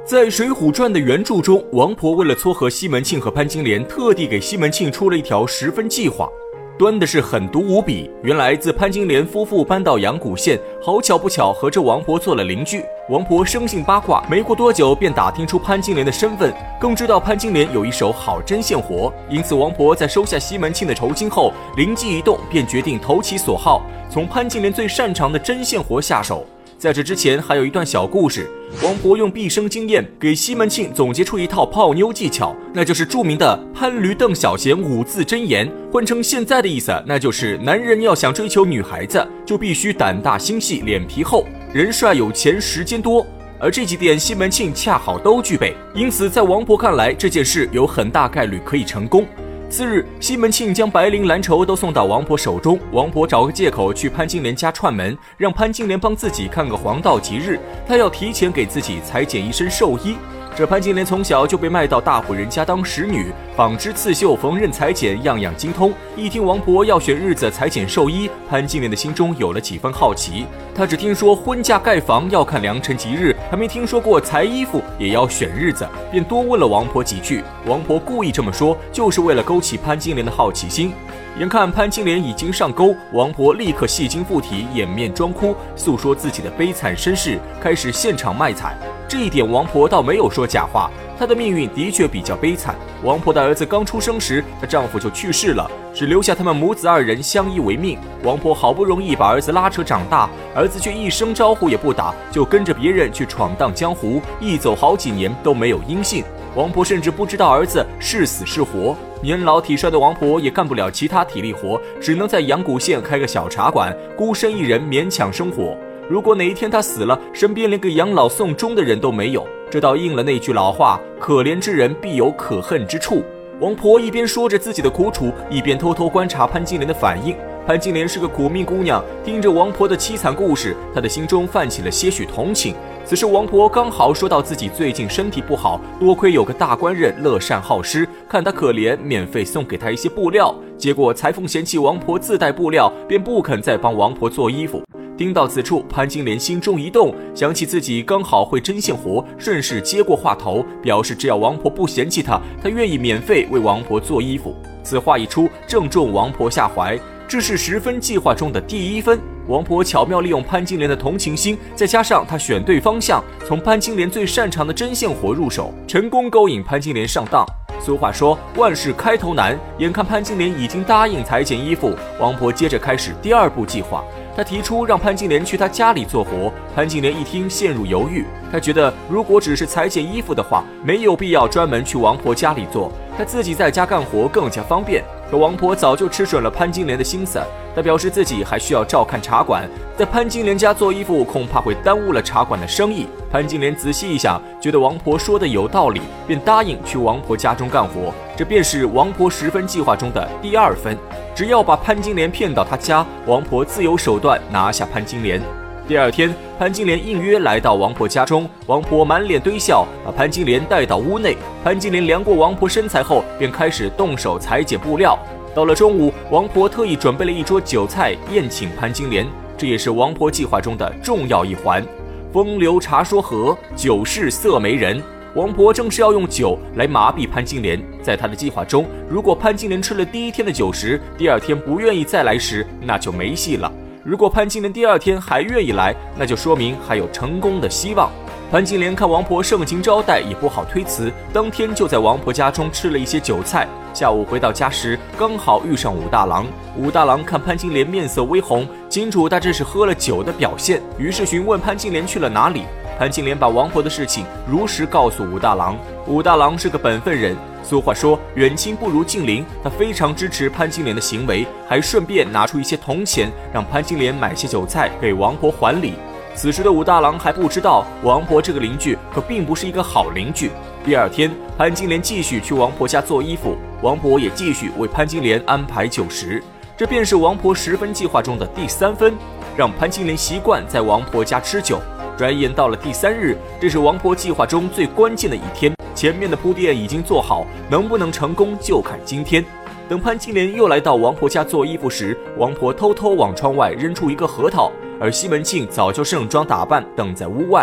在《水浒传》的原著中，王婆为了撮合西门庆和潘金莲，特地给西门庆出了一条10分计划，端的是狠毒无比。原来自潘金莲夫妇搬到阳谷县，好巧不巧和这王婆做了邻居。王婆生性八卦，没过多久便打听出潘金莲的身份，更知道潘金莲有一手好针线活。因此王婆在收下西门庆的酬金后，灵机一动，便决定投其所好，从潘金莲最擅长的针线活下手。在这之前还有一段小故事，王婆用毕生经验给西门庆总结出一套泡妞技巧，那就是著名的潘驴邓小闲5字真言。换成现在的意思，那就是男人要想追求女孩子，就必须胆大心细脸皮厚，人帅有钱时间多。而这几点西门庆恰好都具备，因此在王婆看来，这件事有很大概率可以成功。次日，西门庆将白绫蓝绸都送到王婆手中，王婆找个借口去潘金莲家串门，让潘金莲帮自己看个黄道吉日，她要提前给自己裁剪一身寿衣。这潘金莲从小就被卖到大户人家当使女，纺织刺绣缝纫裁剪样样精通。一听王婆要选日子裁剪寿衣，潘金莲的心中有了几分好奇。她只听说婚嫁盖房要看良辰吉日，还没听说过裁衣服也要选日子，便多问了王婆几句。王婆故意这么说，就是为了勾起潘金莲的好奇心。眼看潘金莲已经上钩，王婆立刻戏精附体，掩面装哭，诉说自己的悲惨身世，开始现场卖惨。这一点王婆倒没有说假话，她的命运的确比较悲惨。王婆的儿子刚出生时，她丈夫就去世了，只留下他们母子2人相依为命。王婆好不容易把儿子拉扯长大，儿子却一声招呼也不打，就跟着别人去闯荡江湖，一走好几年都没有音信。王婆甚至不知道儿子是死是活。年老体衰的王婆也干不了其他体力活，只能在阳谷县开个小茶馆，孤身一人勉强生活。如果哪一天他死了，身边连个养老送终的人都没有，这倒应了那句老话，可怜之人必有可恨之处。王婆一边说着自己的苦楚，一边偷偷观察潘金莲的反应。潘金莲是个苦命姑娘，听着王婆的凄惨故事，她的心中泛起了些许同情。此时王婆刚好说到自己最近身体不好，多亏有个大官人乐善好施，看她可怜，免费送给她一些布料。结果裁缝嫌弃王婆自带布料，便不肯再帮王婆做衣服。听到此处，潘金莲心中一动，想起自己刚好会针线活，顺势接过话头，表示只要王婆不嫌弃她愿意免费为王婆做衣服。此话一出，正中王婆下怀，这是10分计划中的第1分。王婆巧妙利用潘金莲的同情心，再加上她选对方向，从潘金莲最擅长的针线活入手，成功勾引潘金莲上当。俗话说万事开头难，眼看潘金莲已经答应裁剪衣服，王婆接着开始第2步计划。她提出让潘金莲去她家里做活，潘金莲一听陷入犹豫，她觉得如果只是裁剪衣服的话，没有必要专门去王婆家里做，她自己在家干活更加方便。可王婆早就吃准了潘金莲的心思，她表示自己还需要照看茶馆，在潘金莲家做衣服恐怕会耽误了茶馆的生意。潘金莲仔细一想，觉得王婆说的有道理，便答应去王婆家中干活。这便是王婆10分计划中的第2分，只要把潘金莲骗到她家，王婆自有手段拿下潘金莲。第2天，潘金莲应约来到王婆家中，王婆满脸堆笑，把潘金莲带到屋内。潘金莲量过王婆身材后，便开始动手裁剪布料。到了中午，王婆特意准备了一桌酒菜宴请潘金莲，这也是王婆计划中的重要一环。风流茶说和，酒是色媒人。王婆正是要用酒来麻痹潘金莲。在她的计划中，如果潘金莲吃了第1天的酒时，第2天不愿意再来时，那就没戏了。如果潘金莲第2天还愿意来，那就说明还有成功的希望。潘金莲看王婆盛情招待，也不好推辞，当天就在王婆家中吃了一些酒菜。下午回到家时，刚好遇上武大郎。武大郎看潘金莲面色微红，清楚她这是喝了酒的表现，于是询问潘金莲去了哪里。潘金莲把王婆的事情如实告诉武大郎。武大郎是个本分人，俗话说远亲不如近邻，他非常支持潘金莲的行为，还顺便拿出一些铜钱，让潘金莲买些酒菜给王婆还礼。此时的武大郎还不知道，王婆这个邻居可并不是一个好邻居。第2天，潘金莲继续去王婆家做衣服，王婆也继续为潘金莲安排酒食。这便是王婆10分计划中的第3分，让潘金莲习惯在王婆家吃酒。转眼到了第3日，这是王婆计划中最关键的一天，前面的铺垫已经做好，能不能成功就看今天。等潘金莲又来到王婆家做衣服时，王婆偷偷往窗外扔出一个核桃，而西门庆早就盛装打扮等在屋外。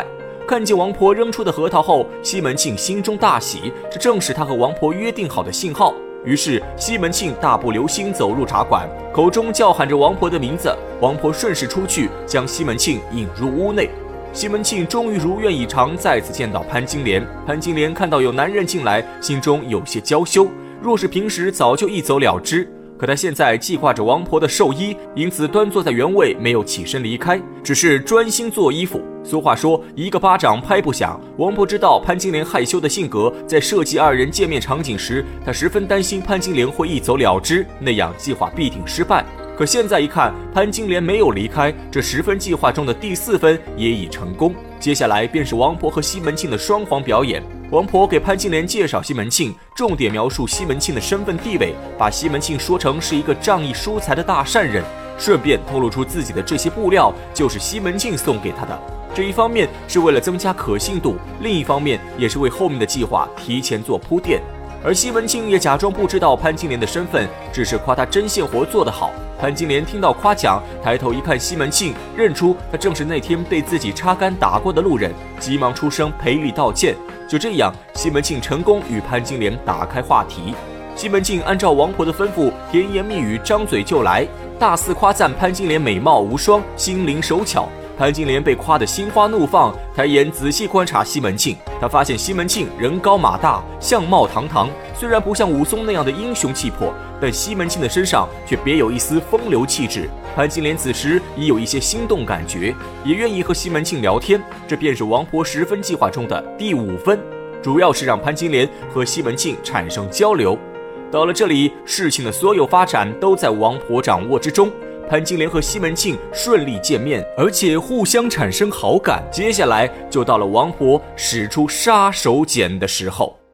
看见王婆扔出的核桃后，西门庆心中大喜，这正是他和王婆约定好的信号。于是西门庆大步流星走入茶馆，口中叫喊着王婆的名字。王婆顺势出去，将西门庆引入屋内。西门庆终于如愿以偿，再次见到潘金莲。潘金莲看到有男人进来，心中有些娇羞，若是平时早就一走了之。可他现在记挂着王婆的寿衣，因此端坐在原位，没有起身离开，只是专心做衣服。俗话说，一个巴掌拍不响。王婆知道潘金莲害羞的性格，在设计二人见面场景时，她十分担心潘金莲会一走了之，那样计划必定失败。可现在一看，潘金莲没有离开，这10分计划中的第4分也已成功。接下来便是王婆和西门庆的双簧表演。王婆给潘金莲介绍西门庆，重点描述西门庆的身份地位，把西门庆说成是一个仗义疏财的大善人，顺便透露出自己的这些布料就是西门庆送给他的。这一方面是为了增加可信度，另一方面也是为后面的计划提前做铺垫。而西门庆也假装不知道潘金莲的身份，只是夸他针线活做得好。潘金莲听到夸奖，抬头一看西门庆，认出他正是那天被自己插杆打过的路人，急忙出声赔礼道歉。就这样，西门庆成功与潘金莲打开话题。西门庆按照王婆的吩咐，甜言蜜语，张嘴就来，大肆夸赞潘金莲美貌无双，心灵手巧。潘金莲被夸得心花怒放，抬眼仔细观察西门庆，他发现西门庆人高马大，相貌堂堂，虽然不像武松那样的英雄气魄，但西门庆的身上却别有一丝风流气质。潘金莲此时已有一些心动感觉，也愿意和西门庆聊天，这便是王婆10分计划中的第5分，主要是让潘金莲和西门庆产生交流。到了这里，事情的所有发展都在王婆掌握之中。潘金莲和西门庆顺利见面，而且互相产生好感。接下来就到了王婆使出杀手锏的时候。